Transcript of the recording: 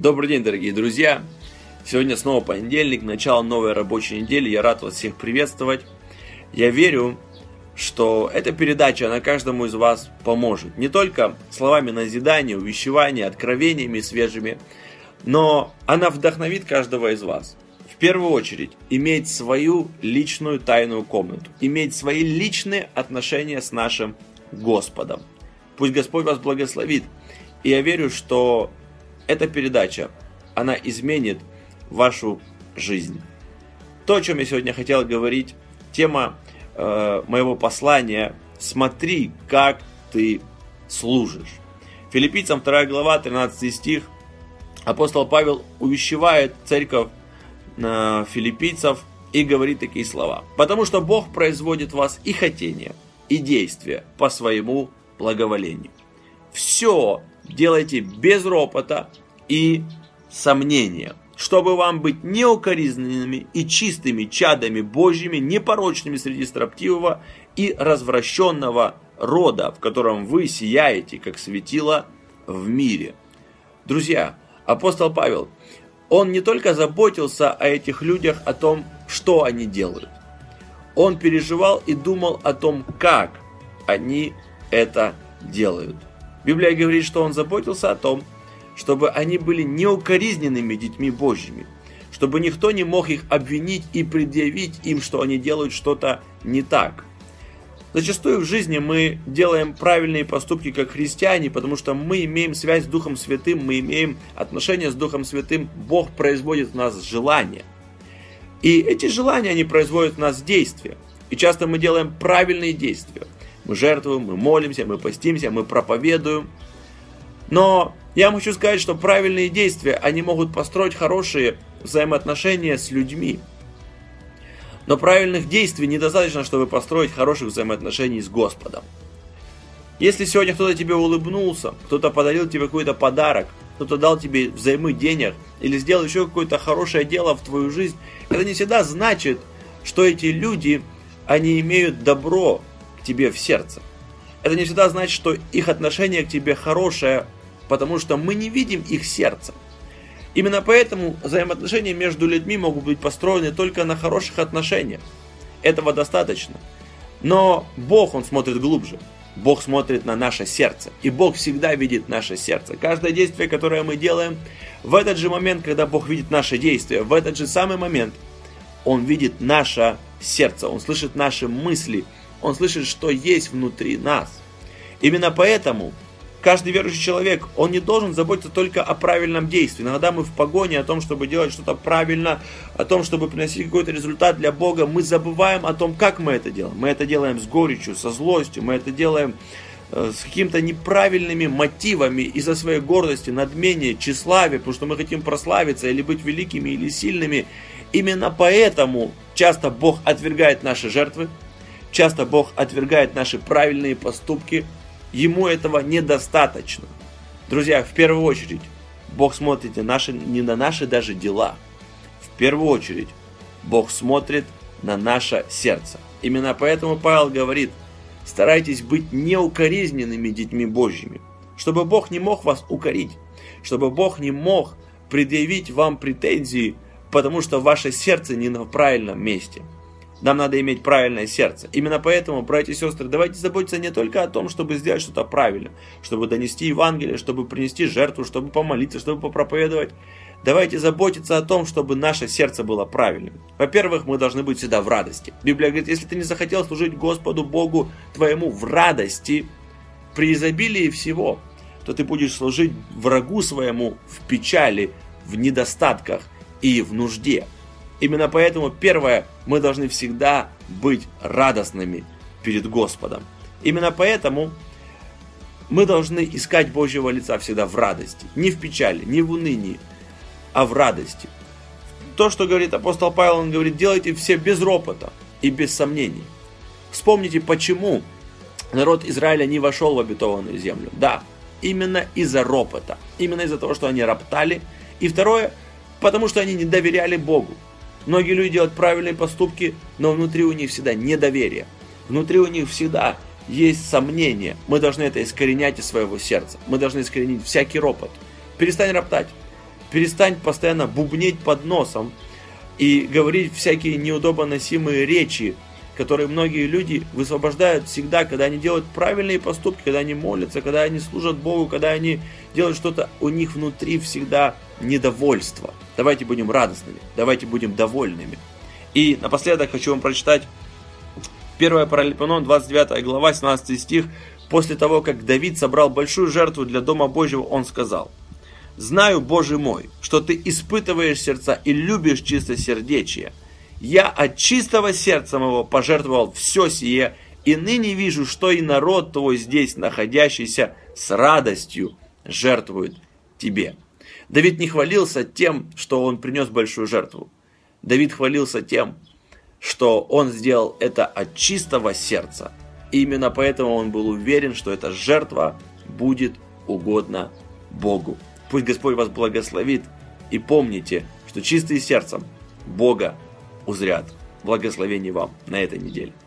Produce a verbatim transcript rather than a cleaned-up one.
Добрый день, дорогие друзья! Сегодня снова понедельник, начало новой рабочей недели. Я рад вас всех приветствовать. Я верю, что эта передача, она каждому из вас поможет. Не только словами назидания, увещевания, откровениями свежими, но она вдохновит каждого из вас. В первую очередь, иметь свою личную тайную комнату, иметь свои личные отношения с нашим Господом. Пусть Господь вас благословит. И я верю, что эта передача, она изменит вашу жизнь. То, о чем я сегодня хотел говорить, тема э, моего послания «Смотри, как ты служишь». Филиппийцам вторая глава, тринадцатый стих. Апостол Павел увещевает церковь э, филиппийцев и говорит такие слова. «Потому что Бог производит в вас и хотение, и действия по своему благоволению. Все делайте без ропота и сомнения, чтобы вам быть неукоризненными и чистыми чадами Божьими, непорочными среди строптивого и развращенного рода, в котором вы сияете, как светило в мире». Друзья, апостол Павел, он не только заботился о этих людях, о том, что они делают. Он переживал и думал о том, как они это делают. Библия говорит, что он заботился о том, чтобы они были неукоризненными детьми Божьими, чтобы никто не мог их обвинить и предъявить им, что они делают что-то не так. Зачастую в жизни мы делаем правильные поступки как христиане, потому что мы имеем связь с Духом Святым, мы имеем отношения с Духом Святым, Бог производит в нас желания. И эти желания, они производят в нас действия. И часто мы делаем правильные действия. Мы жертвуем, мы молимся, мы постимся, мы проповедуем. Но я вам хочу сказать, что правильные действия, они могут построить хорошие взаимоотношения с людьми. Но правильных действий недостаточно, чтобы построить хороших взаимоотношений с Господом. Если сегодня кто-то тебе улыбнулся, кто-то подарил тебе какой-то подарок, кто-то дал тебе взаймы денег или сделал еще какое-то хорошее дело в твою жизнь, это не всегда значит, что эти люди, они имеют добро тебе в сердце. Это не всегда значит, что их отношение к тебе хорошее, потому что мы не видим их сердце. Именно поэтому взаимоотношения между людьми могут быть построены только на хороших отношениях. Этого достаточно. Но Бог, Он смотрит глубже. Бог смотрит на наше сердце. И Бог всегда видит наше сердце. Каждое действие, которое мы делаем, в этот же момент, когда Бог видит наше действие, в этот же самый момент Он видит наше сердце. Он слышит наши мысли. Он слышит, что есть внутри нас. Именно поэтому каждый верующий человек, он не должен заботиться только о правильном действии. Иногда мы в погоне о том, чтобы делать что-то правильно, о том, чтобы приносить какой-то результат для Бога, мы забываем о том, как мы это делаем. Мы это делаем с горечью, со злостью, мы это делаем с какими-то неправильными мотивами из-за своей гордости, надмения, тщеславия, потому что мы хотим прославиться или быть великими или сильными. Именно поэтому часто Бог отвергает наши жертвы, часто Бог отвергает наши правильные поступки. Ему этого недостаточно. Друзья, в первую очередь, Бог смотрит не, наши, не на наши даже дела. В первую очередь, Бог смотрит на наше сердце. Именно поэтому Павел говорит, старайтесь быть неукоризненными детьми Божьими. Чтобы Бог не мог вас укорить. Чтобы Бог не мог предъявить вам претензии, потому что ваше сердце не на правильном месте. Нам надо иметь правильное сердце. Именно поэтому, братья и сестры, давайте заботиться не только о том, чтобы сделать что-то правильно, чтобы донести Евангелие, чтобы принести жертву, чтобы помолиться, чтобы попроповедовать. Давайте заботиться о том, чтобы наше сердце было правильным. Во-первых, мы должны быть всегда в радости. Библия говорит, если ты не захотел служить Господу Богу твоему в радости, при изобилии всего, то ты будешь служить врагу своему в печали, в недостатках и в нужде. Именно поэтому, первое, мы должны всегда быть радостными перед Господом. Именно поэтому мы должны искать Божьего лица всегда в радости. Не в печали, не в унынии, а в радости. То, что говорит апостол Павел, он говорит, делайте все без ропота и без сомнений. Вспомните, почему народ Израиля не вошел в обетованную землю. Да, именно из-за ропота. Именно из-за того, что они роптали. И второе, потому что они не доверяли Богу. Многие люди делают правильные поступки, но внутри у них всегда недоверие. Внутри у них всегда есть сомнения. Мы должны это искоренять из своего сердца. Мы должны искоренить всякий ропот. Перестань роптать. Перестань постоянно бубнеть под носом и говорить всякие неудобоносимые речи, которые многие люди высвобождают всегда, когда они делают правильные поступки, когда они молятся, когда они служат Богу, когда они делают что-то, у них внутри всегда недовольство. Давайте будем радостными, давайте будем довольными. И напоследок хочу вам прочитать первое Паралипоменон, двадцать девятая глава, семнадцатый стих. После того, как Давид собрал большую жертву для Дома Божьего, он сказал: «Знаю, Боже мой, что ты испытываешь сердца и любишь чистосердечие. Я от чистого сердца моего пожертвовал все сие, и ныне вижу, что и народ твой здесь находящийся с радостью жертвует тебе». Давид не хвалился тем, что он принес большую жертву. Давид хвалился тем, что он сделал это от чистого сердца. И именно поэтому он был уверен, что эта жертва будет угодна Богу. Пусть Господь вас благословит. И помните, что чистые сердцем Бога узрят. Благословений вам на этой неделе.